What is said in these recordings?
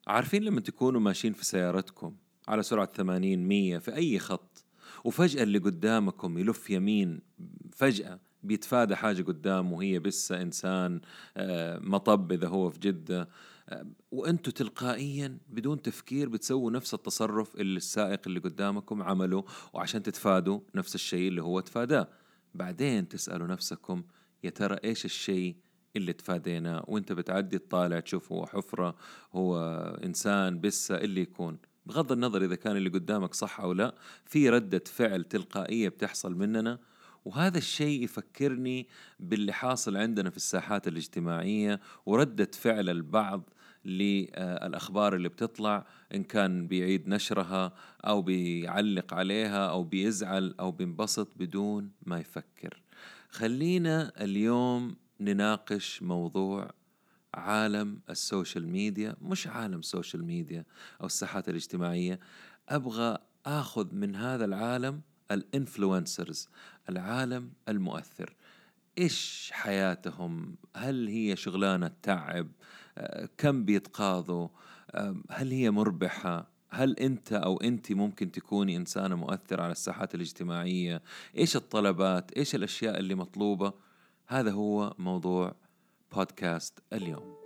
عارفين لما تكونوا ماشيين في سيارتكم على سرعة 80 100 في أي خط، وفجأة اللي قدامكم يلف يمين، فجأة بيتفادى حاجة قدامه وهي بس إنسان، مطب إذا هو في جدة، وأنتوا تلقائيا بدون تفكير بتسووا نفس التصرف اللي السائق اللي قدامكم عمله، وعشان تتفادوا نفس الشيء اللي هو تفاداه. بعدين تسألوا نفسكم: يا ترى إيش الشيء اللي تفادينا؟ وانت بتعدي تطالع تشوف هو حفرة، هو إنسان، بسة، اللي يكون، بغض النظر إذا كان اللي قدامك صح أو لا، في ردة فعل تلقائية بتحصل مننا. وهذا الشيء يفكرني باللي حاصل عندنا في الساحات الاجتماعية، وردة فعل البعض للأخبار اللي بتطلع، إن كان بيعيد نشرها أو بيعلق عليها أو بيزعل أو بينبسط بدون ما يفكر. خلينا اليوم نناقش موضوع عالم السوشيال ميديا، مش عالم السوشيال ميديا أو الساحات الاجتماعية. أبغى أخذ من هذا العالم الانفلونسرز، العالم المؤثر. إيش حياتهم؟ هل هي شغلانة تعب؟ كم بيتقاضوا؟ هل هي مربحة؟ هل أنت أو أنت ممكن تكوني إنسانة مؤثرة على الساحات الاجتماعية؟ إيش الطلبات؟ إيش الأشياء اللي مطلوبة؟ هذا هو موضوع بودكاست اليوم.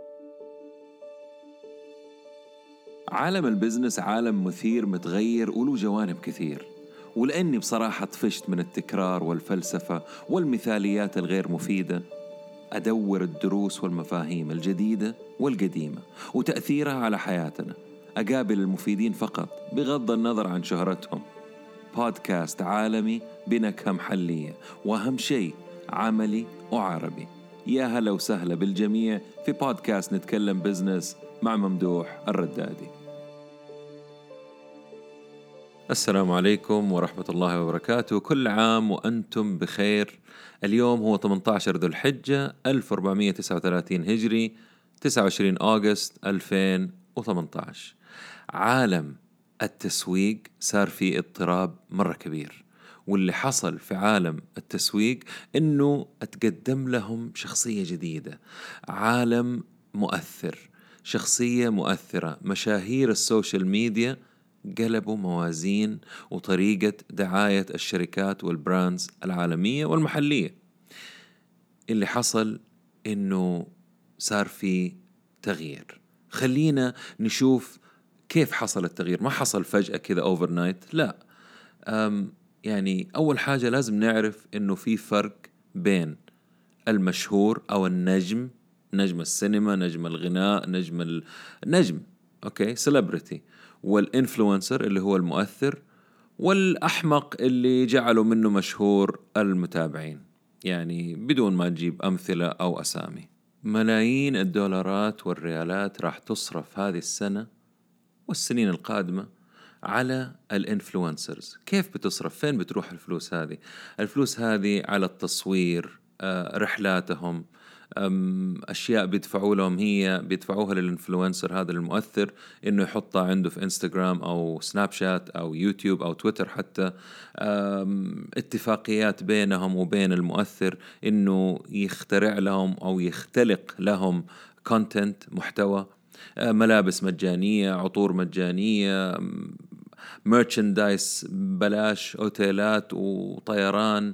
عالم البزنس عالم مثير متغير وله جوانب كثير، ولأني بصراحة طفشت من التكرار والفلسفة والمثاليات الغير مفيدة، أدور الدروس والمفاهيم الجديدة والقديمة وتأثيرها على حياتنا. أقابل المفيدين فقط بغض النظر عن شهرتهم. بودكاست عالمي بنكهة محلية، وأهم شيء عملي وعربي. يا هلا وسهلا بالجميع في بودكاست نتكلم بزنس مع ممدوح الردادي. السلام عليكم ورحمة الله وبركاته، كل عام وأنتم بخير. اليوم هو 18 ذو الحجة 1439 هجري، 29 أغسطس 2018. عالم التسويق صار فيه اضطراب مرة كبير، واللي حصل في عالم التسويق إنه أتقدم لهم شخصية جديدة، عالم مؤثر، شخصية مؤثرة. مشاهير السوشيال ميديا قلبوا موازين وطريقة دعاية الشركات والبراندز العالمية والمحلية. اللي حصل إنه صار في تغيير. خلينا نشوف كيف حصل التغيير. ما حصل فجأة كذا اوفر نايت، لا. يعني أول حاجة لازم نعرف إنه في فرق بين المشهور أو النجم، نجم السينما، نجم الغناء، نجم، أوكي، سيلبرتي، والإنفلونسر اللي هو المؤثر، والأحمق اللي جعلوا منه مشهور المتابعين. يعني بدون ما نجيب أمثلة أو أسامي، ملايين الدولارات والريالات راح تصرف هذه السنة والسنين القادمة على الانفلونسرز. كيف بتصرف؟ فين بتروح الفلوس هذه؟ الفلوس هذه على التصوير، رحلاتهم، أشياء بيدفعوا لهم، هي بيدفعوها للإنفلونسر هذا المؤثر إنه يحطها عنده في إنستغرام أو سناب شات أو يوتيوب أو تويتر حتى. اتفاقيات بينهم وبين المؤثر إنه يخترع لهم أو يختلق لهم كونتنت، محتوى، ملابس مجانية، عطور مجانية، ميرشندايز بلاش، أوتيلات وطيران،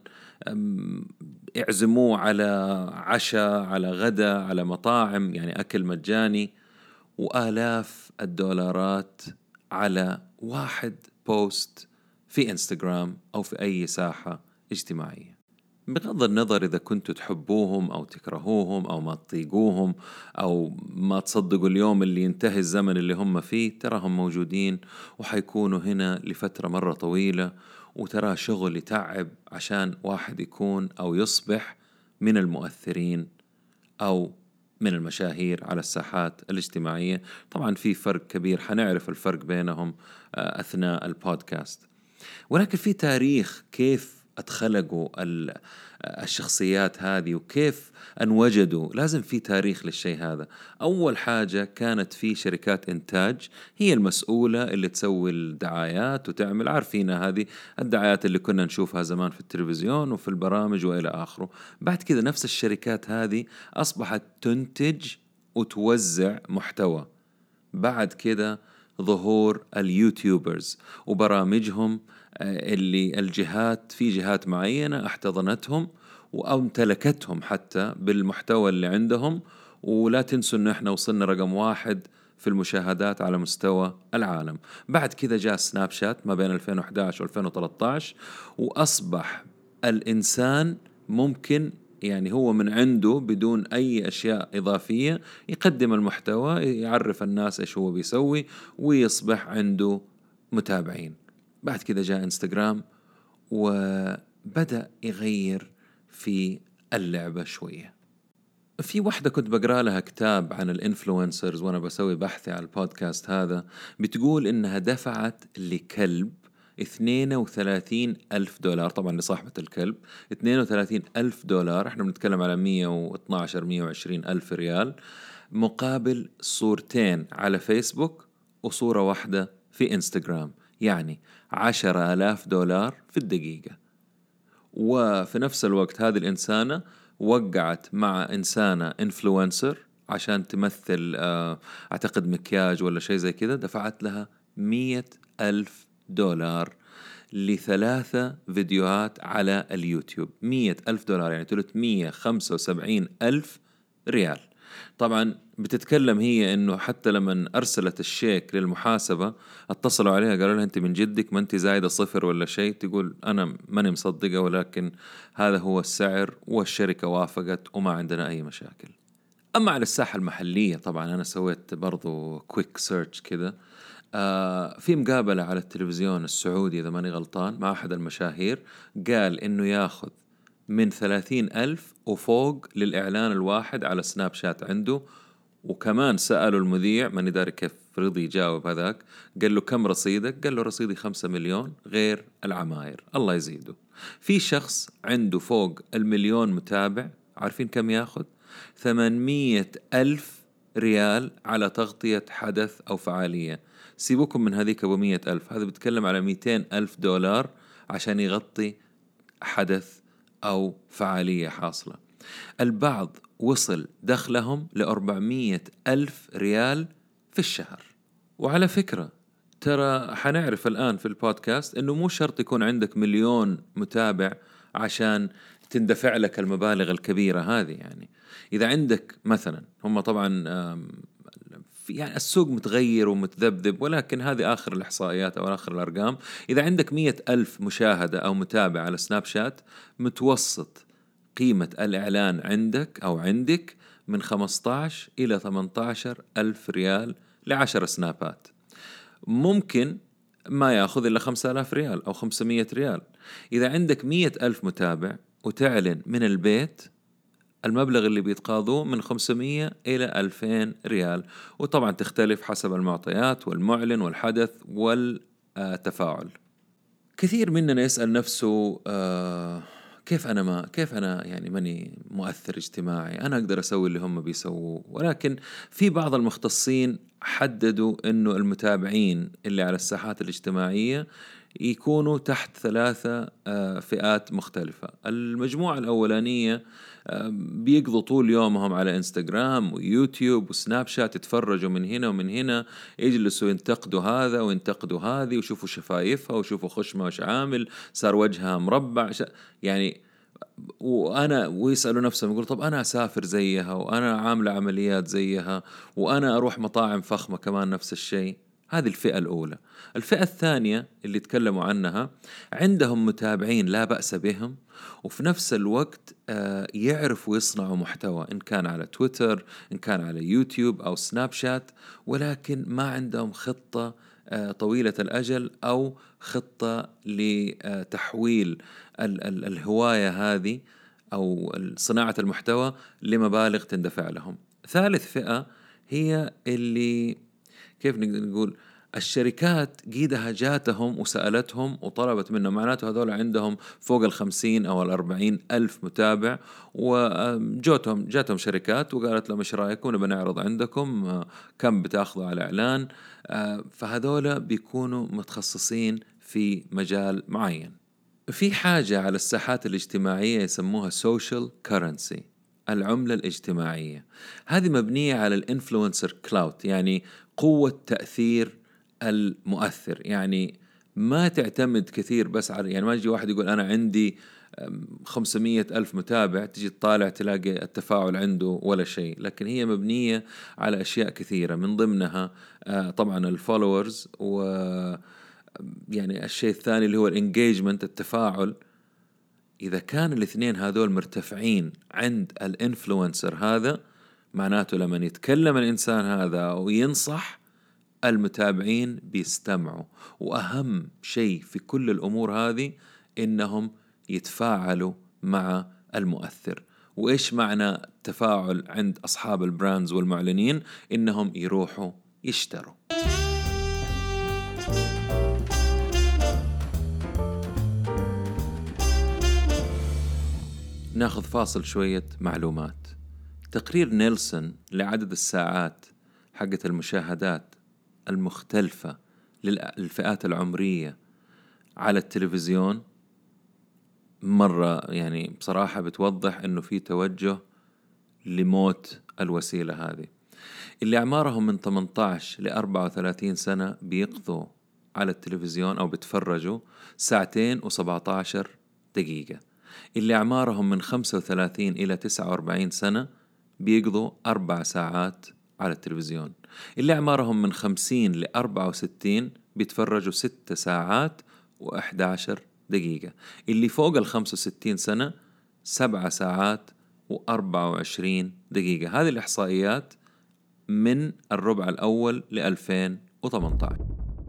اعزموه على عشاء، على غدا، على مطاعم، يعني أكل مجاني، وآلاف الدولارات على واحد بوست في إنستغرام أو في أي ساحة اجتماعية. بغض النظر إذا كنتوا تحبوهم أو تكرهوهم أو ما تطيقوهم أو ما تصدقوا اليوم اللي ينتهي الزمن اللي هم فيه، تراهم موجودين وحيكونوا هنا لفترة مرة طويلة. وترى شغل يتعب عشان واحد يكون أو يصبح من المؤثرين أو من المشاهير على الساحات الاجتماعية. طبعا في فرق كبير، حنعرف الفرق بينهم أثناء البودكاست. ولكن في تاريخ كيف اتخلقوا الشخصيات هذه وكيف انوجدوا. لازم في تاريخ للشيء هذا. أول حاجة كانت في شركات إنتاج هي المسؤولة اللي تسوي الدعايات وتعمل، عارفينها هذه الدعايات اللي كنا نشوفها زمان في التلفزيون وفي البرامج وإلى آخره. بعد كذا نفس الشركات هذه أصبحت تنتج وتوزع محتوى. بعد كده ظهور اليوتيوبرز وبرامجهم، اللي الجهات في جهات معينة احتضنتهم أو امتلكتهم حتى بالمحتوى اللي عندهم. ولا تنسوا إنه إحنا وصلنا رقم 1 في المشاهدات على مستوى العالم. بعد كده جاء سناب شات ما بين 2011 و 2013، وأصبح الإنسان ممكن يعني هو من عنده بدون أي أشياء إضافية يقدم المحتوى، يعرف الناس إيش هو بيسوي، ويصبح عنده متابعين. بعد كده جاء انستغرام وبدأ يغير في اللعبة شوية. في واحدة كنت بقرأ لها كتاب عن الانفلونسرز وأنا بسوي بحثي على البودكاست هذا، بتقول إنها دفعت لكلب 32,000 دولار، طبعا لصاحبة الكلب 32,000 دولار، احنا بنتكلم على 112-120 ألف ريال، مقابل صورتين على فيسبوك وصورة واحدة في انستغرام، يعني 10,000 دولار في الدقيقة. وفي نفس الوقت هذه الإنسانة وقعت مع إنسانة إنفلونسر عشان تمثل أعتقد مكياج ولا شيء زي كذا، دفعت لها 100,000 دولار ل3 فيديوهات على اليوتيوب. 100,000 دولار يعني 375,000 ريال. طبعا بتتكلم هي إنه حتى لما أرسلت الشيك للمحاسبة اتصلوا عليها قالوا لها أنت من جدك ما أنت زايدة صفر ولا شيء؟ تقول أنا ماني مصدقة، ولكن هذا هو السعر والشركة وافقت وما عندنا أي مشاكل. أما على الساحة المحلية طبعا أنا سويت برضو كويك سيرش كذا. في مقابلة على التلفزيون السعودي إذا ماني غلطان مع أحد المشاهير، قال إنه ياخذ من 30,000 وفوق للإعلان الواحد على سناب شات عنده. وكمان سألوا المذيع، ماني داري كيف رضي يجاوب هذاك، قال له كم رصيدك؟ قال له رصيدي 5 مليون غير العماير. الله يزيده. في شخص عنده فوق 1,000,000 متابع، عارفين كم ياخذ؟ 800,000 ريال على تغطية حدث أو فعالية. سيبوكم من هذيك أبو 100,000، هذا بتكلم على 200,000 دولار عشان يغطي حدث أو فعالية حاصلة. البعض وصل دخلهم ل400,000 ريال في الشهر. وعلى فكرة ترى حنعرف الآن في البودكاست أنه مو شرط يكون عندك 1,000,000 متابع عشان تندفع لك المبالغ الكبيرة هذه. يعني إذا عندك مثلا، هم طبعا يعني السوق متغير ومتذبذب، ولكن هذه آخر الإحصائيات أو آخر الأرقام. إذا عندك 100,000 مشاهدة أو متابع على سناب شات، متوسط قيمة الإعلان عندك أو عندك من 15 إلى 18 ألف ريال ل10 سنابات. ممكن ما يأخذ إلا 5,000 ريال أو 500 ريال. إذا عندك 100,000 متابع وتعلن من البيت، المبلغ اللي بيتقاضوه من 500 إلى 2,000 ريال، وطبعا تختلف حسب المعطيات والمعلن والحدث والتفاعل. كثير مننا يسأل نفسه كيف أنا يعني ماني مؤثر اجتماعي، أنا أقدر أسوي اللي هم بيسووه. ولكن في بعض المختصين حددوا إنه المتابعين اللي على الساحات الاجتماعية يكونوا تحت 3 فئات مختلفة. المجموعة الأولانية بيقضوا طول يومهم على انستغرام ويوتيوب وسناب شات، يتفرجوا من هنا ومن هنا، يجلسوا ينتقدوا هذا وينتقدوا هذه، وشوفوا شفايفها وشوفوا خشمها وش عامل، صار وجهها مربع يعني. ويسألوا نفسهم يقول طب أنا أسافر زيها، وأنا عاملة عمليات زيها، وأنا أروح مطاعم فخمة كمان نفس الشيء. هذه الفئة الأولى. الفئة الثانية اللي تكلموا عنها، عندهم متابعين لا بأس بهم، وفي نفس الوقت يعرفوا يصنعوا محتوى، إن كان على تويتر، إن كان على يوتيوب أو سناب شات، ولكن ما عندهم خطة طويلة الأجل أو خطة لتحويل الهواية هذه أو صناعة المحتوى لمبالغ تندفع لهم. ثالث فئة هي اللي كيف نقول، الشركات قيدها جاتهم وسألتهم وطلبت منهم، معناته هذول عندهم فوق 50 أو 40 ألف متابع، جاتهم شركات وقالت لهم إيش رأيكم نبي نعرض عندكم، كم بتاخذوا على إعلان. فهذول بيكونوا متخصصين في مجال معين. في حاجة على الساحات الاجتماعية يسموها social currency، العملة الاجتماعية. هذه مبنية على الانفلونسر كلاود، يعني قوة تأثير المؤثر. يعني ما تعتمد كثير بس على، يعني ما يجي واحد يقول أنا عندي 500,000 متابع، تجي تطالع تلاقي التفاعل عنده ولا شيء. لكن هي مبنية على أشياء كثيرة، من ضمنها طبعا الفولورز، و يعني الشيء الثاني اللي هو الانجيجمنت، التفاعل. إذا كان الاثنين هذول مرتفعين عند الانفلونسر هذا، معناته لما يتكلم الإنسان هذا وينصح، المتابعين بيستمعوا. وأهم شيء في كل الأمور هذه إنهم يتفاعلوا مع المؤثر. وإيش معنى التفاعل عند أصحاب البراندز والمعلنين؟ إنهم يروحوا يشتروا. ناخذ فاصل شوية معلومات. تقرير نيلسون لعدد الساعات حقت المشاهدات المختلفة للفئات العمرية على التلفزيون مرة يعني بصراحة بتوضح إنه في توجه لموت الوسيلة هذه. اللي أعمارهم من 18 ل 34 سنة بيقضوا على التلفزيون أو بتفرجوا 2:17 دقيقة. اللي أعمارهم من 35 إلى 49 سنة بيقضوا 4 ساعات على التلفزيون. اللي أعمارهم من 50 ل 64 بيتفرجوا 6 ساعات و11 دقيقة. اللي فوق 65 سنة 7 ساعات و24 دقيقة. هذه الإحصائيات من الربع الأول ل 2018.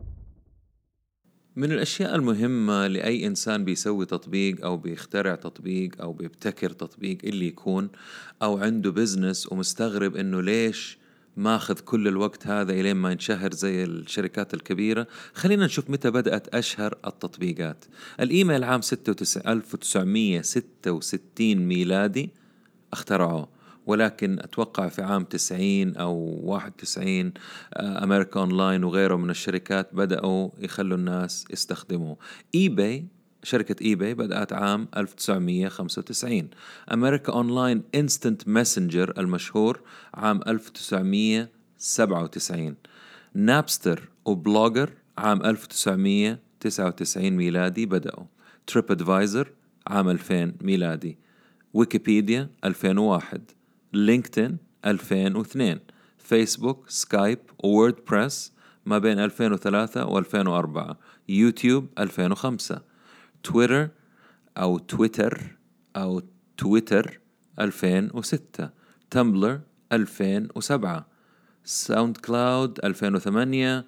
من الأشياء المهمة لأي إنسان بيسوي تطبيق أو بيخترع تطبيق أو بيبتكر تطبيق اللي يكون، أو عنده بزنس ومستغرب إنه ليش ماخذ كل الوقت هذا إلين ما ينشهر زي الشركات الكبيرة. خلينا نشوف متى بدأت أشهر التطبيقات. الإيميل عام 1966 ميلادي اخترعوه، ولكن أتوقع في عام 90 أو 91 أمريكا أونلاين وغيره من الشركات بدأوا يخلوا الناس يستخدموه. شركة إيباي بدأت عام 1995. أمريكا أونلاين إنستنت ماسنجر المشهور عام 1997. نابستر وبلوجر عام 1999 ميلادي بدأوا. تريب أدفايزر عام 2000 ميلادي. ويكيبيديا 2001. لينكدين 2002. فيسبوك، سكايب ووردبريس ما بين 2003 و2004. يوتيوب 2005. تويتر أو تويتر 2006. تمبلر 2007. ساوند كلاود 2008.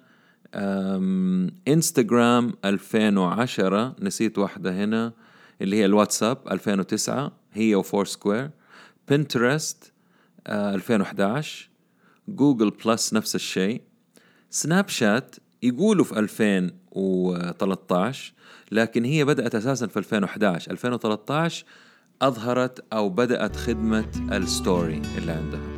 انستغرام 2010. نسيت واحدة هنا اللي هي الواتساب 2009 هي وفور سكوير. بنترست 2011. جوجل بلس نفس الشيء. سناب شات يقولوا في 2013 لكن هي بدأت أساسا في 2011. 2013 أظهرت أو بدأت خدمة الستوري اللي عندها.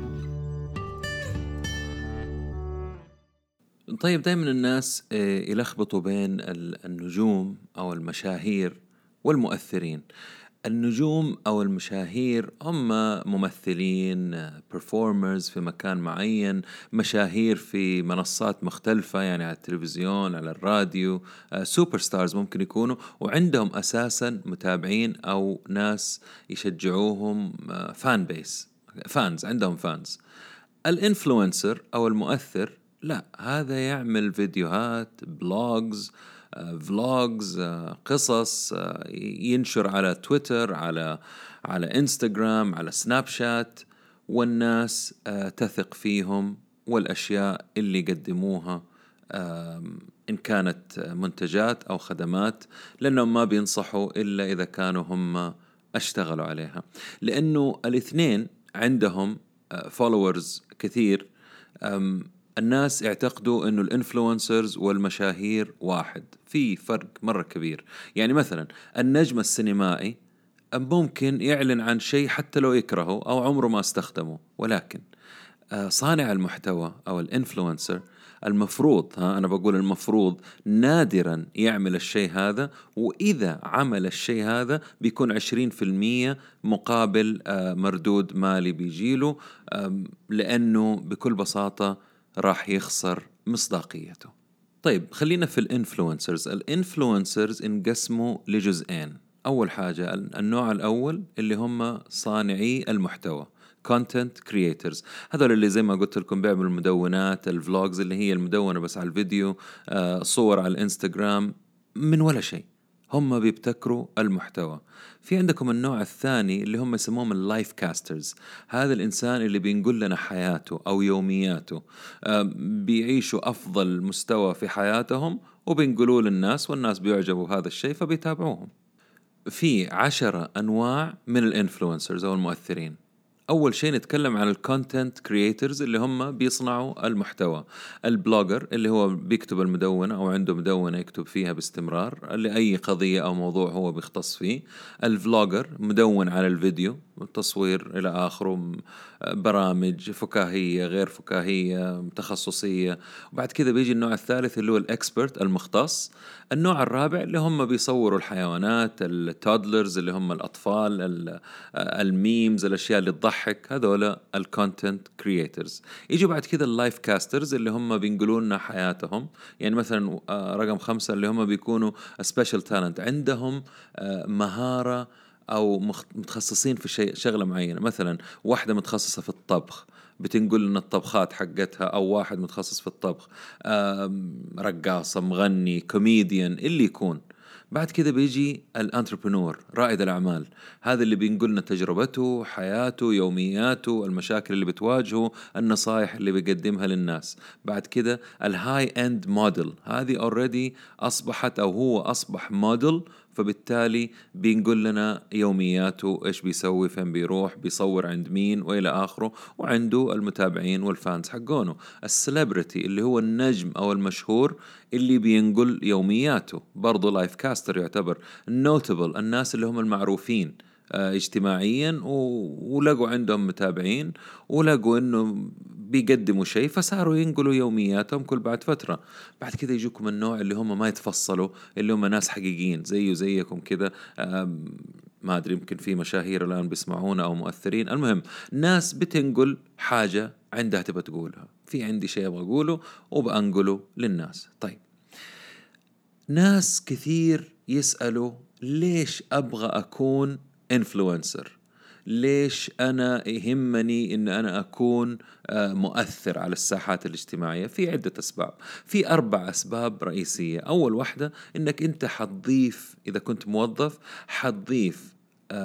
طيب دايما الناس يلخبطوا بين النجوم أو المشاهير والمؤثرين. النجوم أو المشاهير هم ممثلين، performers في مكان معين، مشاهير في منصات مختلفة، يعني على التلفزيون، على الراديو، سوبر ستارز ممكن يكونوا، وعندهم أساسا متابعين أو ناس يشجعوهم، فان بيس، فانز، عندهم فانز. الانفلونسر أو المؤثر لا، هذا يعمل فيديوهات، بلوجز، فلوجز، قصص، ينشر على تويتر، على انستغرام، على سناب شات، والناس تثق فيهم والأشياء اللي يقدموها إن كانت منتجات أو خدمات، لأنهم ما بينصحوا إلا إذا كانوا هم اشتغلوا عليها. لأنه الاثنين عندهم فولورز كثير. الناس يعتقدوا أنه الانفلونسرز والمشاهير واحد، في فرق مرة كبير. يعني مثلا النجم السينمائي ممكن يعلن عن شيء حتى لو يكرهه أو عمره ما استخدمه، ولكن صانع المحتوى أو الانفلونسر المفروض، أنا بقول المفروض، نادرا يعمل الشيء هذا، وإذا عمل الشيء هذا بيكون 20% مقابل مردود مالي بيجيله، لأنه بكل بساطة راح يخسر مصداقيته. طيب خلينا في الانفلونسرز انقسموا لجزئين. أول حاجة النوع الأول اللي هم صانعي المحتوى content creators. هذول اللي زي ما قلت لكم بيعملوا المدونات الفلوجز اللي هي المدونة بس على الفيديو، صور على الانستغرام من ولا شيء، هم بيبتكروا المحتوى. في عندكم النوع الثاني اللي هم يسموهم اللايف كاسترز. هذا الإنسان اللي بينقل لنا حياته أو يومياته، بيعيشوا أفضل مستوى في حياتهم وبينقلوا للناس، والناس بيعجبوا هذا الشيء فبيتابعوهم. في 10 أنواع من الانفلونسرز أو المؤثرين. أول شيء نتكلم عن الكونتنت كرييترز اللي هم بيصنعوا المحتوى. البلوجر اللي هو بيكتب المدونة أو عنده مدونة يكتب فيها باستمرار لأي قضية أو موضوع هو بيختص فيه. الفلوجر مدون على الفيديو، تصوير إلى آخره، برامج فكاهية غير فكاهية تخصصية. وبعد كذا بيجي النوع الثالث اللي هو الإكسبرت المختص. النوع الرابع اللي هم بيصوروا الحيوانات، التودلرز اللي هم الأطفال، الميمز، الأشياء اللي تضحك، هذول الكونتنت كرييترز. يجي بعد كذا اللايف كاسترز اللي هم بينقلوا لنا حياتهم. يعني مثلا رقم 5 اللي هم بيكونوا سبيشال تالنت، عندهم مهارة أو متخصصين في شغلة معينة. مثلا واحدة متخصصة في الطبخ بتنقل لنا الطبخات حقتها، أو واحد متخصص في الطبخ، رقاصة، مغني، كوميديان، اللي يكون. بعد كده بيجي الانتربرنور، رائد الأعمال. هذا اللي بينقل لنا تجربته، حياته، يومياته، المشاكل اللي بتواجهه، النصائح اللي بيقدمها للناس. بعد كده الهاي اند موديل، هذه اوريدي أصبحت أو هو أصبح موديل، فبالتالي بينقل لنا يومياته، إيش بيسوي، فين بيروح، بيصور عند مين، وإلى آخره، وعنده المتابعين والفانز حقونه. السليبرتي اللي هو النجم أو المشهور اللي بينقل يومياته، برضو لايف كاستر يعتبر. النوتبل، الناس اللي هم المعروفين اجتماعيا ولقوا عندهم متابعين، ولقوا انه بيقدموا شيء فصاروا ينقلوا يومياتهم كل بعد فترة. بعد كده يجوكم النوع اللي هم ما يتفصلوا، اللي هم ناس حقيقيين زيه زيكم كده. ما أدري، يمكن في مشاهير الآن بيسمعونا أو مؤثرين، المهم ناس بتنقل حاجة عندها تبى تقولها، في عندي شيء أبغى أقوله وبأنقله للناس. طيب، ناس كثير يسألوا ليش أبغى أكون إنفلونسر؟ ليش أنا يهمني إن أنا أكون مؤثر على الساحات الاجتماعية؟ في عدة أسباب، في 4 أسباب رئيسية. أول واحدة إنك أنت حتضيف، إذا كنت موظف حتضيف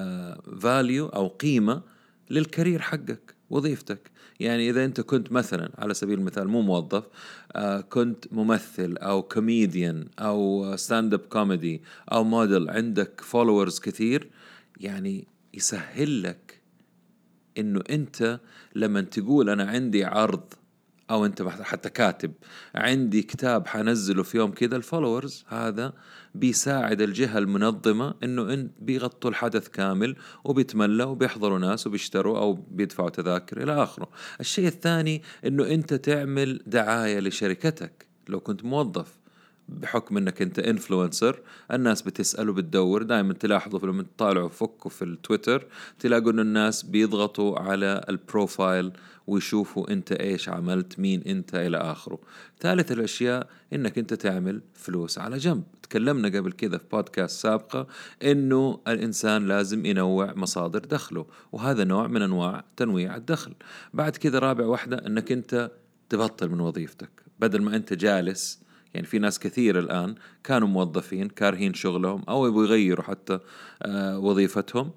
value أو قيمة للكارير حقك، وظيفتك. يعني إذا أنت كنت مثلا على سبيل المثال مو موظف، كنت ممثل أو كوميديان أو ستاند اب كوميدي أو موديل، عندك فولورز كثير، يعني يسهل لك إنه أنت لما تقول أنا عندي عرض، أو أنت حتى كاتب عندي كتاب حنزله في يوم كذا، الفولورز هذا بيساعد الجهة المنظمة إنه بيغطوا الحدث كامل وبيتملى وبيحضروا ناس وبيشتروا أو بيدفعوا تذاكر إلى آخره. الشيء الثاني إنه أنت تعمل دعاية لشركتك. لو كنت موظف، بحكم انك انت انفلونسر، الناس بتسأل وبتدور. دائما تلاحظوا لما تطالعوا فكوا في التويتر تلاقوا ان الناس بيضغطوا على البروفايل ويشوفوا انت ايش عملت، مين انت، الى اخره. ثالث الاشياء انك انت تعمل فلوس على جنب. تكلمنا قبل كذا في بودكاست سابقة انه الانسان لازم ينوع مصادر دخله، وهذا نوع من انواع تنويع الدخل. بعد كذا رابع واحدة انك انت تبطل من وظيفتك، بدل ما انت جالس. يعني في ناس كثير الآن كانوا موظفين كارهين شغلهم أو يبغوا يغيروا حتى وظيفتهم،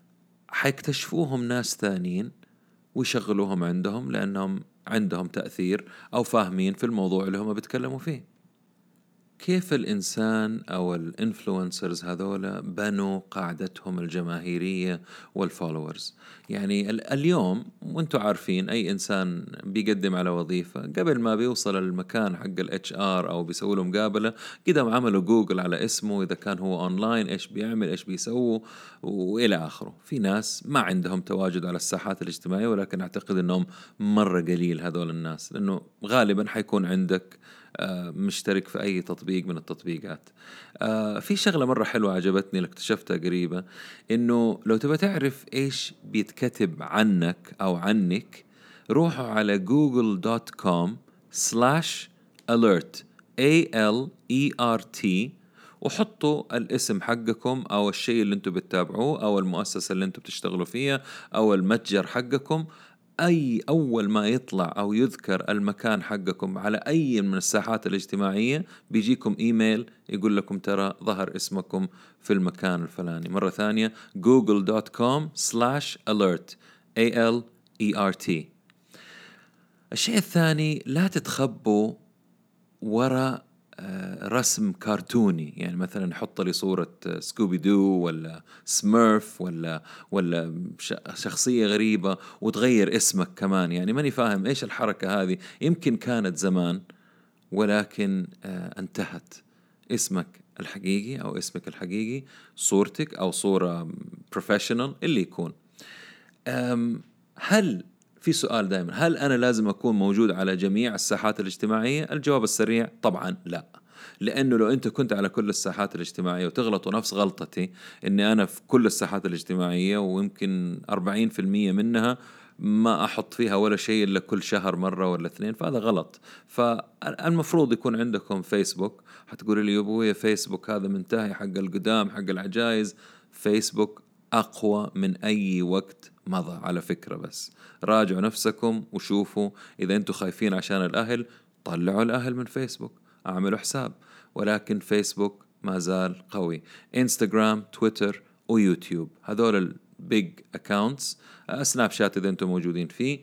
حيكتشفوهم ناس ثانيين ويشغلوهم عندهم لأنهم عندهم تأثير أو فاهمين في الموضوع اللي هم بيتكلموا فيه. كيف الإنسان أو الإنفلونسرز هذولا بنوا قاعدتهم الجماهيرية والفولورز؟ يعني اليوم وانتم عارفين أي إنسان بيقدم على وظيفة، قبل ما بيوصل المكان حق الاتش ار أو بيسوي له مقابلة، قدام عملوا جوجل على اسمه، إذا كان هو أونلاين إيش بيعمل، إيش بيسوي، وإلى آخره. في ناس ما عندهم تواجد على الساحات الاجتماعية، ولكن أعتقد أنهم مرة قليل هذول الناس، لأنه غالبا حيكون عندك مشترك في أي تطبيق من التطبيقات. في شغلة مرة حلوة عجبتني اللي اكتشفتها قريبة، إنه لو تبى تعرف إيش بيتكتب عنك أو عنك، روحوا على google.com/influencer. alert ALERT وحطوا الاسم حقكم أو الشيء اللي انتم بتتابعوه أو المؤسسة اللي انتم بتشتغلوا فيها أو المتجر حقكم. أول ما يطلع أو يذكر المكان حقكم على أي من الساحات الاجتماعية بيجيكم إيميل يقول لكم ترى ظهر اسمكم في المكان الفلاني. مرة ثانية google.com/alert ALERT. الشيء الثاني، لا تتخبوا وراء رسم كرتوني، يعني مثلا حط لي صورة سكوبي دو ولا سميرف ولا شخصية غريبة وتغير اسمك كمان. يعني ماني فاهم إيش الحركة هذه. يمكن كانت زمان ولكن انتهت. اسمك الحقيقي أو اسمك الحقيقي، صورتك أو صورة بروفيشنال اللي يكون. هل في سؤال دائما، هل أنا لازم أكون موجود على جميع الساحات الاجتماعية؟ الجواب السريع طبعا لا. لأنه لو أنت كنت على كل الساحات الاجتماعية وتغلطوا نفس غلطتي إني أنا في كل الساحات الاجتماعية ويمكن 40% منها ما أحط فيها ولا شيء إلا كل شهر مرة ولا اثنين، فهذا غلط. فالمفروض يكون عندكم فيسبوك. هتقولي لي يا أبويا فيسبوك هذا منتهي، حق القدام، حق العجائز. فيسبوك أقوى من أي وقت مضى على فكرة. بس راجعوا نفسكم وشوفوا، إذا أنتوا خايفين عشان الأهل طلعوا الأهل من فيسبوك، أعملوا حساب. ولكن فيسبوك ما زال قوي. إنستغرام، تويتر ويوتيوب هذول البيج أكاونتس. سناب شات إذا أنتم موجودين فيه.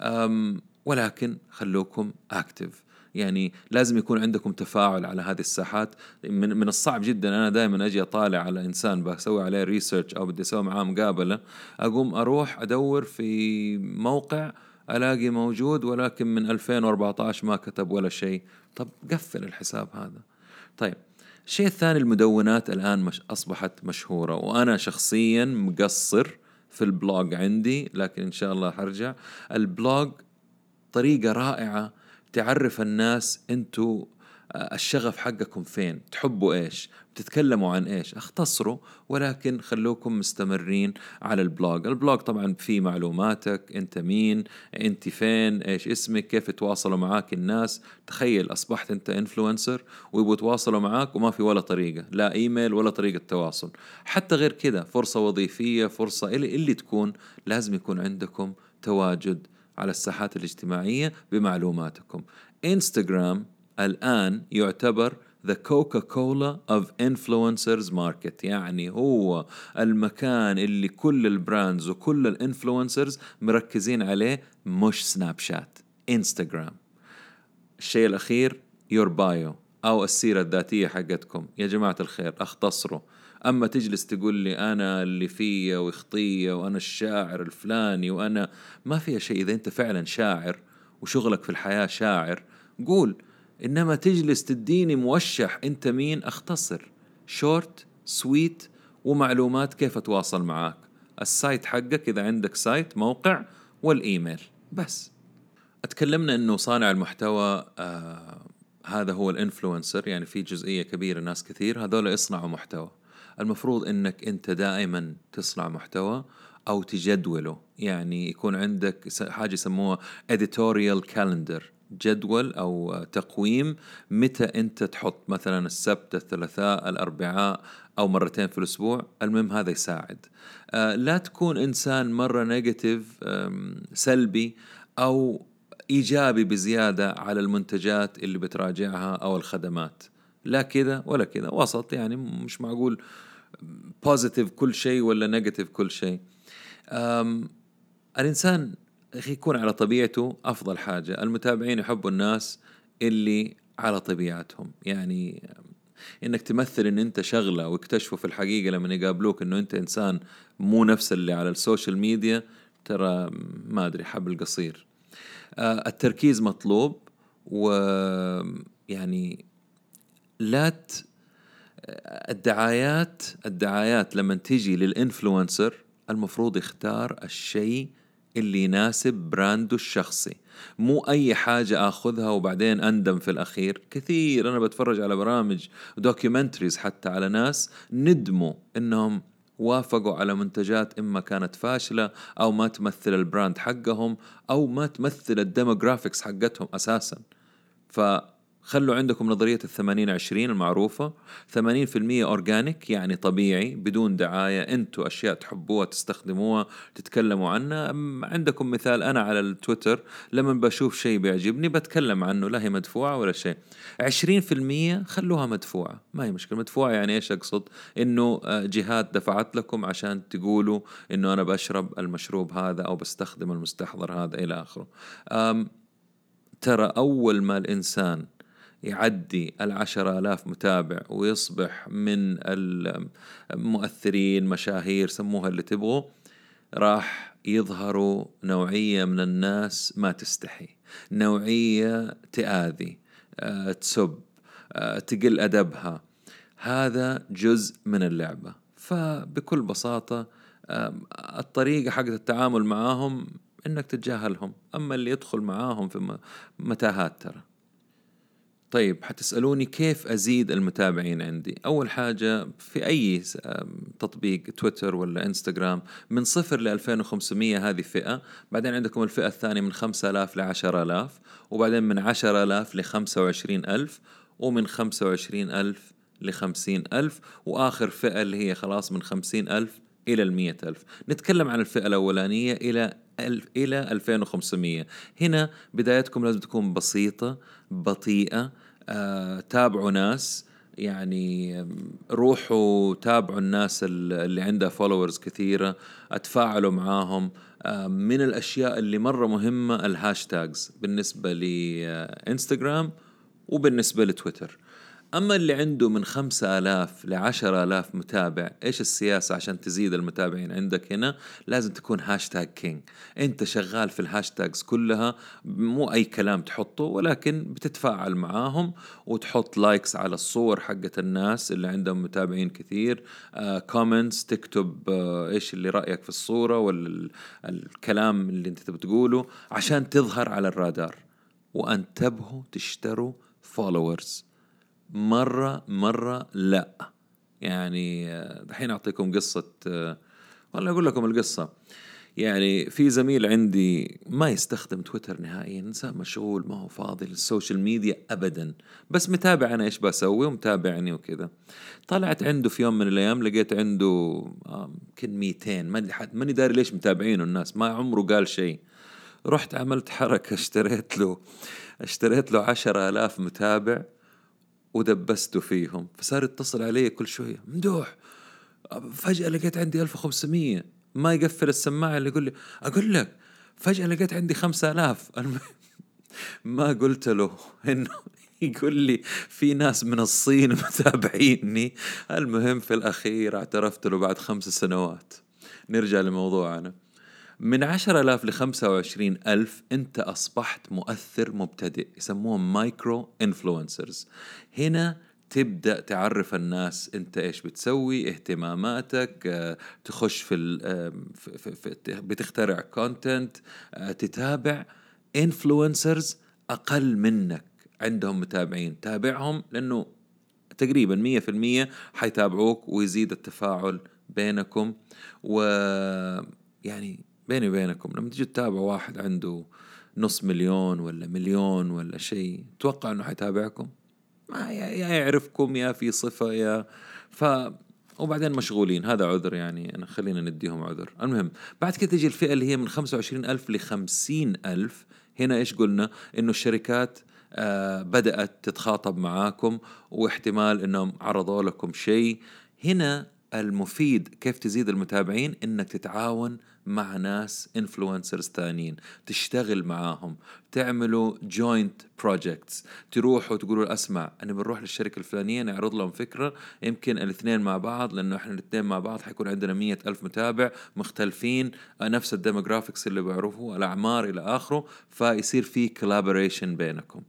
ولكن خلوكم أكتف، يعني لازم يكون عندكم تفاعل على هذه الساحات. من الصعب جدا أنا دائما أجي أطالع على إنسان بسوي عليه ريسيرش أو بدي أسوي معاه مقابلة، أقوم أروح أدور في موقع ألاقي موجود ولكن من 2014 ما كتب ولا شيء. طب قفل الحساب هذا. طيب الشيء الثاني، المدونات الآن أصبحت مشهورة، وأنا شخصيا مقصر في البلوج عندي، لكن إن شاء الله هرجع. البلوج طريقة رائعة تعرف الناس أنتوا الشغف حقكم فين، تحبوا إيش، بتتكلموا عن إيش. اختصروا ولكن خلوكم مستمرين على البلوج. البلوج طبعا فيه معلوماتك، أنت مين، أنت فين، إيش اسمك، كيف يتواصلوا معاك الناس. تخيل أصبحت أنت إنفلونسر ويبغوا يتواصلوا معاك وما في ولا طريقة، لا إيميل ولا طريقة تواصل. حتى غير كده فرصة وظيفية، فرصة اللي تكون، لازم يكون عندكم تواجد على الساحات الاجتماعية بمعلوماتكم. إنستغرام الآن يعتبر the Coca-Cola of influencers market، يعني هو المكان اللي كل البراندز وكل الانفلونسرز مركزين عليه، مش سناب شات، إنستغرام. الشيء الأخير your bio أو السيرة الذاتية حقتكم. يا جماعة الخير اختصروا. أما تجلس تقول لي أنا اللي فيا ويخطية وأنا الشاعر الفلاني وأنا، ما فيها شيء. إذا أنت فعلا شاعر وشغلك في الحياة شاعر قول. إنما تجلس تديني موشح أنت مين، اختصر، شورت سويت، ومعلومات كيف أتواصل معاك، السايت حقك إذا عندك سايت موقع، والإيميل بس. اتكلمنا انه صانع المحتوى هذا هو الانفلونسر، يعني في جزئية كبيرة ناس كثير هذول يصنعوا محتوى. المفروض انك انت دائما تصنع محتوى او تجدوله، يعني يكون عندك حاجة يسموها editorial calendar، جدول او تقويم متى انت تحط مثلا السبت، الثلاثاء، الاربعاء او مرتين في الاسبوع. المهم هذا يساعد. لا تكون انسان مرة نيجاتيف سلبي او إيجابي بزيادة على المنتجات اللي بتراجعها أو الخدمات. لا كذا ولا كذا، وسط، يعني مش معقول بوزيتيف كل شيء ولا نيجاتيف كل شيء. الإنسان يكون على طبيعته أفضل حاجة. المتابعين يحبوا الناس اللي على طبيعتهم، يعني إنك تمثل إن أنت شغلة، ويكتشفوا في الحقيقة لما يقابلوك إنه أنت إنسان مو نفس اللي على السوشيال ميديا. ترى ما أدري، حبل قصير. التركيز مطلوب، ويعني الدعايات لما تيجي للإنفلونسر المفروض يختار الشيء اللي يناسب براندو الشخصي، مو أي حاجة أخذها وبعدين أندم في الأخير. كثير أنا بتفرج على برامج دوكيومنتريز حتى على ناس ندموا إنهم وافقوا على منتجات إما كانت فاشلة أو ما تمثل البراند حقهم أو ما تمثل الديموغرافيكس حقتهم أساساً. خلوا عندكم نظرية 80-20 المعروفة. 80% أورجانيك يعني طبيعي بدون دعاية، أنتوا أشياء تحبوها تستخدموها تتكلموا عنها. عندكم مثال، أنا على التويتر لما بشوف شيء بيعجبني بتكلم عنه، لا هي مدفوعة ولا شيء. 20% خلوها مدفوعة، ما هي مشكلة. مدفوعة يعني إيش أقصد؟ إنه جهات دفعت لكم عشان تقولوا إنه أنا بشرب المشروب هذا أو بستخدم المستحضر هذا إلى آخره. ترى أول ما الإنسان يعدي 10,000 متابع ويصبح من المؤثرين، مشاهير، سموها اللي تبغوا، راح يظهروا نوعية من الناس ما تستحي، نوعية تآذي، تسب، تقل أدبها. هذا جزء من اللعبة. فبكل بساطة الطريقة حق التعامل معاهم إنك تتجاهلهم، أما اللي يدخل معاهم في متاهات ترى. طيب حتسألوني كيف أزيد المتابعين عندي؟ أول حاجة في أي تطبيق تويتر ولا إنستغرام، من 0 ل 2500 هذه فئة. بعدين عندكم الفئة الثانية من 5000 ل10,000، وبعدين من 10,000 ل25,000، ومن 25,000 ل50,000، وآخر فئة اللي هي خلاص من 50,000 إلى 100,000. نتكلم عن الفئة الأولانية إلى 2500. هنا بدايتكم لازم تكون بسيطة بطيئة. تابعوا ناس، يعني روحوا تابعوا الناس اللي عندها فولورز كثيرة، اتفاعلوا معاهم. من الأشياء اللي مرة مهمة الهاشتاجز بالنسبة لإنستغرام وبالنسبة لتويتر. أما اللي عنده من 5,000 ل10,000 متابع، إيش السياسة عشان تزيد المتابعين عندك؟ هنا لازم تكون هاشتاج كينج. أنت شغال في الهاشتاجز كلها، مو أي كلام تحطه، ولكن بتتفاعل معاهم وتحط لايكس على الصور حقت الناس اللي عندهم متابعين كثير، كومنتس، تكتب إيش اللي رأيك في الصورة والكلام اللي أنت بتقوله عشان تظهر على الرادار. وانتبهوا تشتروا فولورز، مرة لا. يعني دحين أعطيكم قصة، ولا أقول لكم القصة. يعني في زميل عندي ما يستخدم تويتر نهائيا، إنسان مشغول، ما هو فاضي للسوشيال ميديا أبدا، بس متابع أنا إيش بسوي ومتابعني وكذا. طلعت عنده في يوم من الأيام لقيت عنده يمكن 200، ماني داري ليش متابعينه الناس، ما عمره قال شيء. رحت عملت حركة، اشتريت له 10,000 متابع ودبسته فيهم. فصار يتصل علي كل شوية، ممدوح فجأة لقيت عندي 1500. ما يقفل السماعة اللي يقول لي أقول لك فجأة لقيت عندي 5,000. ما قلت له إنه يقول لي في ناس من الصين متابعيني. المهم في الأخير اعترفت له بعد 5 سنوات. نرجع لموضوعنا. من 10,000 ل25,000 أنت أصبحت مؤثر مبتدئ، يسموهم مايكرو إنفلونسرز. هنا تبدأ تعرف الناس أنت إيش بتسوي، اهتماماتك، تخش بتخترع كونتنت، تتابع إنفلونسرز أقل منك عندهم متابعين. تابعهم لأنه تقريبا 100% حيتابعوك ويزيد التفاعل بينكم. ويعني بيني وبينكم لما تجي تتابع واحد عنده 500,000 ولا 1,000,000 ولا شيء، توقع انه حيتابعكم؟ ما يا يعرفكم يا في صفة يا ف وبعدين مشغولين، هذا عذر. يعني أنا خلينا نديهم عذر. المهم بعد كده تجي الفئة اللي هي من 25,000 ل50,000. هنا إيش قلنا؟ إنه الشركات بدأت تتخاطب معاكم، واحتمال إنهم عرضوا لكم شيء. هنا المفيد كيف تزيد المتابعين، إنك تتعاون مع ناس إنفلونسرز ثانيين، تشتغل معاهم، تعملوا جوينت بروجيكتس، تروحوا تقولوا أسمع أنا بنروح للشركة الفلانية نعرض لهم فكرة، يمكن الاثنين مع بعض، لأنه إحنا الاثنين مع بعض حيكون عندنا 100,000 متابع مختلفين، نفس الديموغرافيكس اللي بعرفه، الأعمار إلى آخره، فيصير في كولابوريشن بينكم.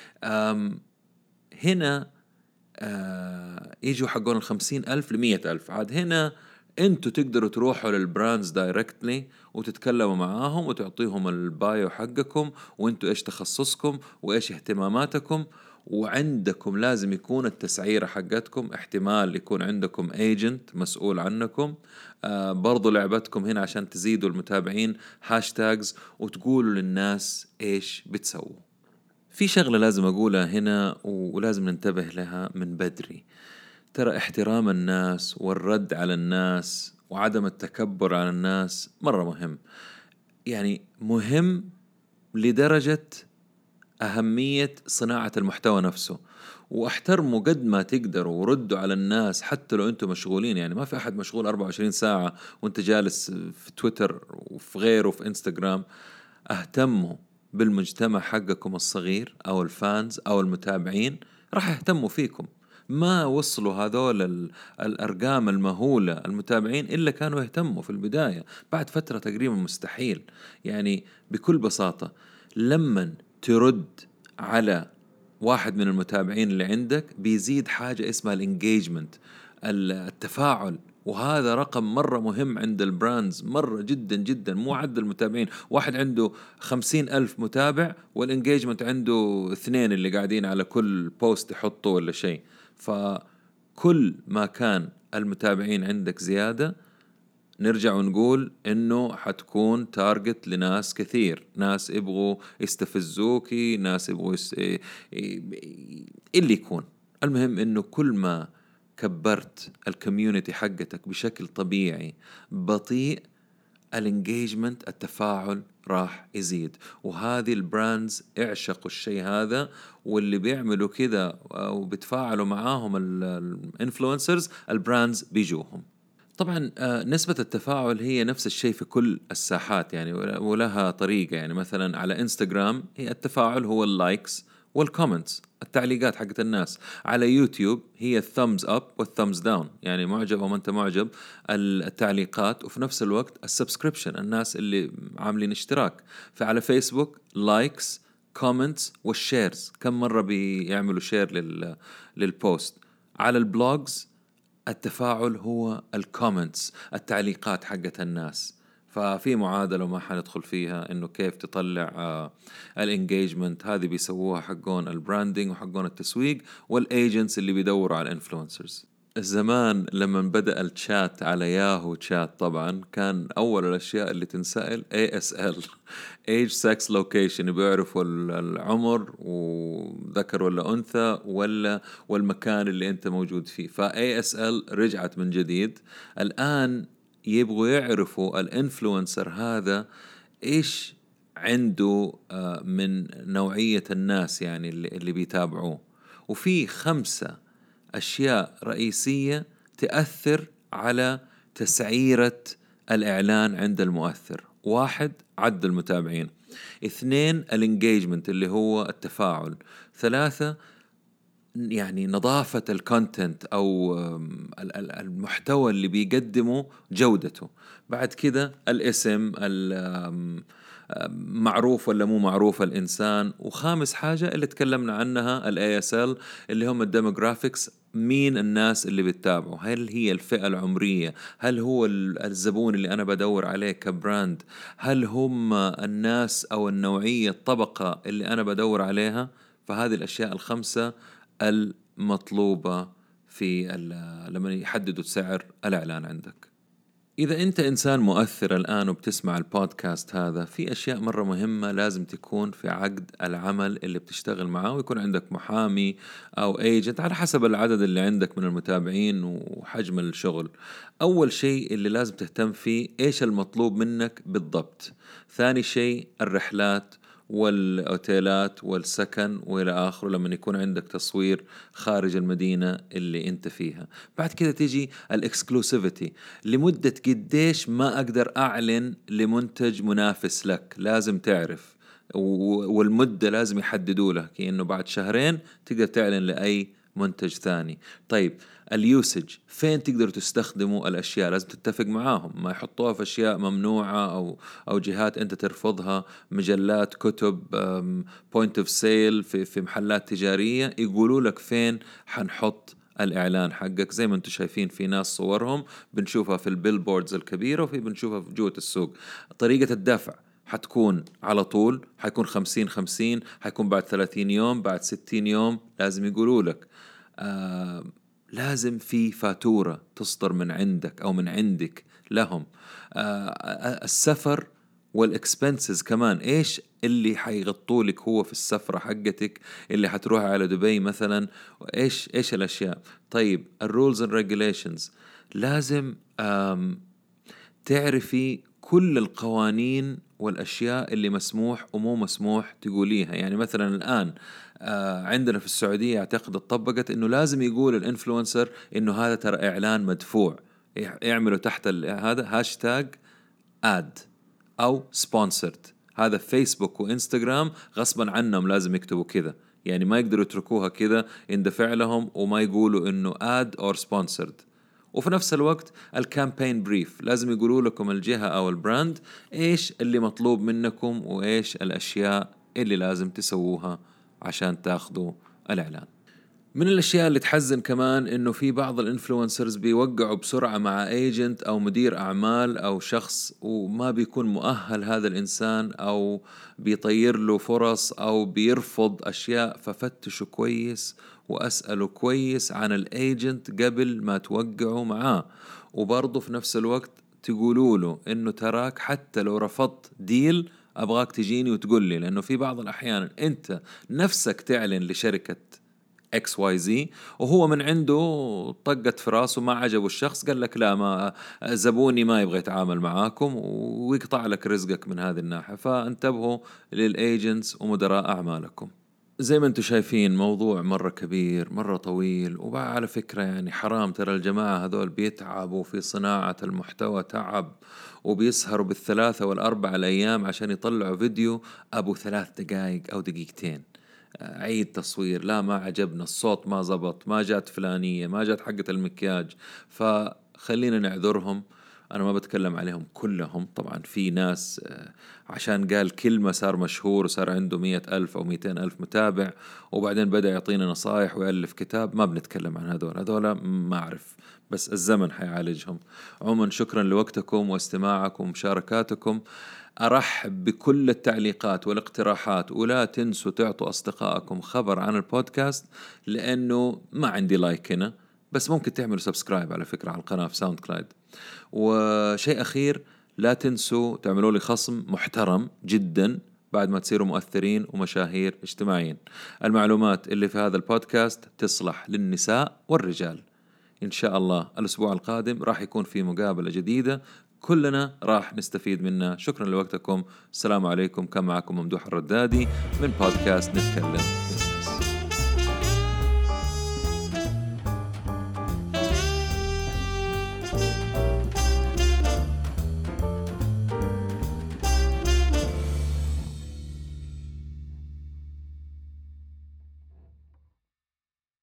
هنا يجوا حقون 50,000 ل100,000. عاد هنا انتوا تقدروا تروحوا للبراندز دايركتلي وتتكلموا معاهم وتعطيهم البايو حقكم، وانتوا ايش تخصصكم وايش اهتماماتكم. وعندكم لازم يكون التسعيرة حقتكم، احتمال يكون عندكم ايجنت مسؤول عنكم. برضو لعبتكم هنا عشان تزيدوا المتابعين هاشتاجز وتقولوا للناس ايش بتسووا. في شغلة لازم أقولها هنا ولازم ننتبه لها من بدري. ترى احترام الناس والرد على الناس وعدم التكبر على الناس مرة مهم. يعني مهم لدرجة أهمية صناعة المحتوى نفسه. واحترموا قد ما تقدروا وردوا على الناس حتى لو أنتم مشغولين. يعني ما في أحد مشغول 24 ساعة وأنت جالس في تويتر وفي غيره في إنستغرام. اهتموا بالمجتمع حقكم الصغير أو الفانز أو المتابعين، راح يهتموا فيكم. ما وصلوا هذول الأرقام المهولة المتابعين إلا كانوا يهتموا في البداية. بعد فترة تقريبا مستحيل. يعني بكل بساطة لمن ترد على واحد من المتابعين اللي عندك بيزيد حاجة اسمها الانجيجمنت، التفاعل. وهذا رقم مرة مهم عند البراندز، مرة جدا جدا. مو عدد المتابعين، واحد عنده 50,000 متابع والانجيجمنت عنده 2 اللي قاعدين على كل بوست يحطوا ولا شيء. فكل ما كان المتابعين عندك زيادة، نرجع ونقول انه حتكون تارجت لناس كثير. ناس يبغوا يستفزوكي، ناس يبغوا اللي يكون. المهم انه كل ما كبرت الكوميونتي حقتك بشكل طبيعي بطيء، الانجيجمنت التفاعل راح يزيد. وهذه البراندز اعشقوا الشيء هذا، واللي بيعملوا كذا وبتفاعلوا معاهم الانفلونسرز البراندز بيجوهم. طبعا نسبة التفاعل هي نفس الشيء في كل الساحات يعني، ولها طريقة. يعني مثلا على انستغرام هي التفاعل هو اللايكس والكومنتس، التعليقات حقت الناس. على يوتيوب هي الثامز اب والثامز داون، يعني معجب او ما انت معجب، التعليقات. وفي نفس الوقت السبسكريبشن، الناس اللي عاملين اشتراك. فعلى فيسبوك لايكس كومنتس والشيرز، كم مرة بيعملوا شير للبوست. على البلوجز التفاعل هو الكومنتس، التعليقات حقت الناس. ففي معادلة وما حندخل فيها انه كيف تطلع الانجيجمنت. هذه بيسووها حقون البراندنج وحقون التسويق والايجنتس اللي بيدوروا على الانفلونسرز. زمان لما بدأ الشات على ياهو تشات، طبعا كان أول الأشياء اللي تنسأل ASL Age Sex Location، بيعرفوا العمر وذكر ولا أنثى ولا والمكان اللي أنت موجود فيه. ASL رجعت من جديد الآن. يبغوا يعرفوا الانفلونسر هذا إيش عنده من نوعية الناس يعني اللي بيتابعوه. وفي 5 أشياء رئيسية تأثر على تسعيرة الإعلان عند المؤثر. 1 عدد المتابعين، 2 الانجيجمنت اللي هو التفاعل، 3 يعني نظافة الكونتنت أو المحتوى اللي بيقدمه جودته. بعد كده الاسم، معروف ولا مو معروف الإنسان. وخامس حاجة اللي تكلمنا عنها ال ASL اللي هم الديموغرافيكس، مين الناس اللي بتتابعه، هل هي الفئة العمرية، هل هو الزبون اللي أنا بدور عليه كبراند، هل هم الناس أو النوعية الطبقة اللي أنا بدور عليها. فهذه الأشياء ال5 المطلوبة في لما يحددوا سعر الإعلان عندك. إذا أنت إنسان مؤثر الآن وبتسمع البودكاست هذا، في أشياء مرة مهمة لازم تكون في عقد العمل اللي بتشتغل معاه، ويكون عندك محامي أو ايجنت على حسب العدد اللي عندك من المتابعين وحجم الشغل. أول شيء اللي لازم تهتم فيه إيش المطلوب منك بالضبط. ثاني شيء الرحلات والأوتيلات والسكن وإلى آخره لما يكون عندك تصوير خارج المدينة اللي أنت فيها. بعد كده تيجي الإكسكلوسيفيتي، لمدة قديش ما أقدر أعلن لمنتج منافس لك، لازم تعرف. والمدة لازم يحددوا لك، إنه بعد 2 تقدر تعلن لأي منتج ثاني. طيب اليوسج، فين تقدروا تستخدموا الأشياء، لازم تتفق معاهم، ما يحطوها في أشياء ممنوعة أو جهات أنت ترفضها. مجلات، كتب، بوينت اوف سيل في محلات تجارية يقولوا لك فين حنحط الإعلان حقك. زي ما انتم شايفين في ناس صورهم بنشوفها في البيلبوردز الكبيرة وفي بنشوفها في جوة السوق. طريقة الدفع حتكون على طول، حيكون 50-50، حيكون بعد 30 يوم، بعد 60 يوم. لازم يقولوا لك لازم في فاتورة تصدر من عندك أو من عندك لهم. السفر والاكسبنسز كمان، ايش اللي حيغطوا لك هو في السفرة حقتك اللي حتروح على دبي مثلا، ايش الاشياء. طيب الرولز اند ريجوليشنز، لازم تعرفي كل القوانين والأشياء اللي مسموح ومو مسموح تقوليها. يعني مثلا الآن عندنا في السعودية أعتقد اتطبقت إنه لازم يقول الإنفلونسر إنه هذا ترى إعلان مدفوع، يعملوا تحت هذا هاشتاج آد أو سبونسرد. هذا فيسبوك وإنستغرام غصبا عنهم لازم يكتبوا كذا، يعني ما يقدروا يتركوها كذا يندفع لهم وما يقولوا إنه آد أو سبونسرد. وفي نفس الوقت الكامبين بريف لازم يقولوا لكم الجهة أو البراند إيش اللي مطلوب منكم وإيش الأشياء اللي لازم تسووها عشان تاخذوا الإعلان. من الأشياء اللي تحزن كمان إنه في بعض الإنفلونسرز بيوقعوا بسرعة مع ايجنت أو مدير أعمال أو شخص وما بيكون مؤهل هذا الإنسان، أو بيطير له فرص أو بيرفض أشياء. ففتشوا كويس وأسألوا كويس عن الايجنت قبل ما توقعوا معاه، وبرضه في نفس الوقت تقولوا له إنه تراك حتى لو رفضت ديل أبغاك تجيني وتقول لي، لأنه في بعض الأحيان أنت نفسك تعلن لشركة اكس واي زي وهو من عنده طقت في راسه ما عجبه الشخص، قال لك لا، ما زبوني ما يبغى يتعامل معاكم، ويقطع لك رزقك من هذه الناحية. فانتبهوا للايجنتس ومدراء اعمالكم. زي ما انتم شايفين موضوع مرة كبير مرة طويل، وبقى على فكرة يعني حرام، ترى الجماعة هذول بيتعبوا في صناعة المحتوى تعب، وبيسهروا بالثلاثة والأربع الأيام عشان يطلعوا فيديو أبو 3 دقائق أو دقيقتين. عيد تصوير، لا ما عجبنا الصوت، ما زبط، ما جات فلانية، ما جات حقة المكياج. فخلينا نعذرهم. أنا ما بتكلم عليهم كلهم طبعا، في ناس عشان قال كلمة صار مشهور وصار عنده 100,000 أو 200,000 متابع، وبعدين بدأ يعطينا نصايح ويألف كتاب. ما بنتكلم عن هذول ما أعرف، بس الزمن حيعالجهم. عموما شكرا لوقتكم واستماعكم ومشاركاتكم. أرحب بكل التعليقات والاقتراحات، ولا تنسوا تعطوا أصدقائكم خبر عن البودكاست، لأنه ما عندي لايك هنا، بس ممكن تعملوا سبسكرايب على فكرة على القناة في ساوند كلايد. وشيء أخير، لا تنسوا تعملوا لي خصم محترم جدا بعد ما تصيروا مؤثرين ومشاهير اجتماعيين. المعلومات اللي في هذا البودكاست تصلح للنساء والرجال. إن شاء الله الأسبوع القادم راح يكون في مقابلة جديدة كلنا راح نستفيد منها. شكرا لوقتكم، السلام عليكم. كان معكم ممدوح الردادي من بودكاست نتكلم.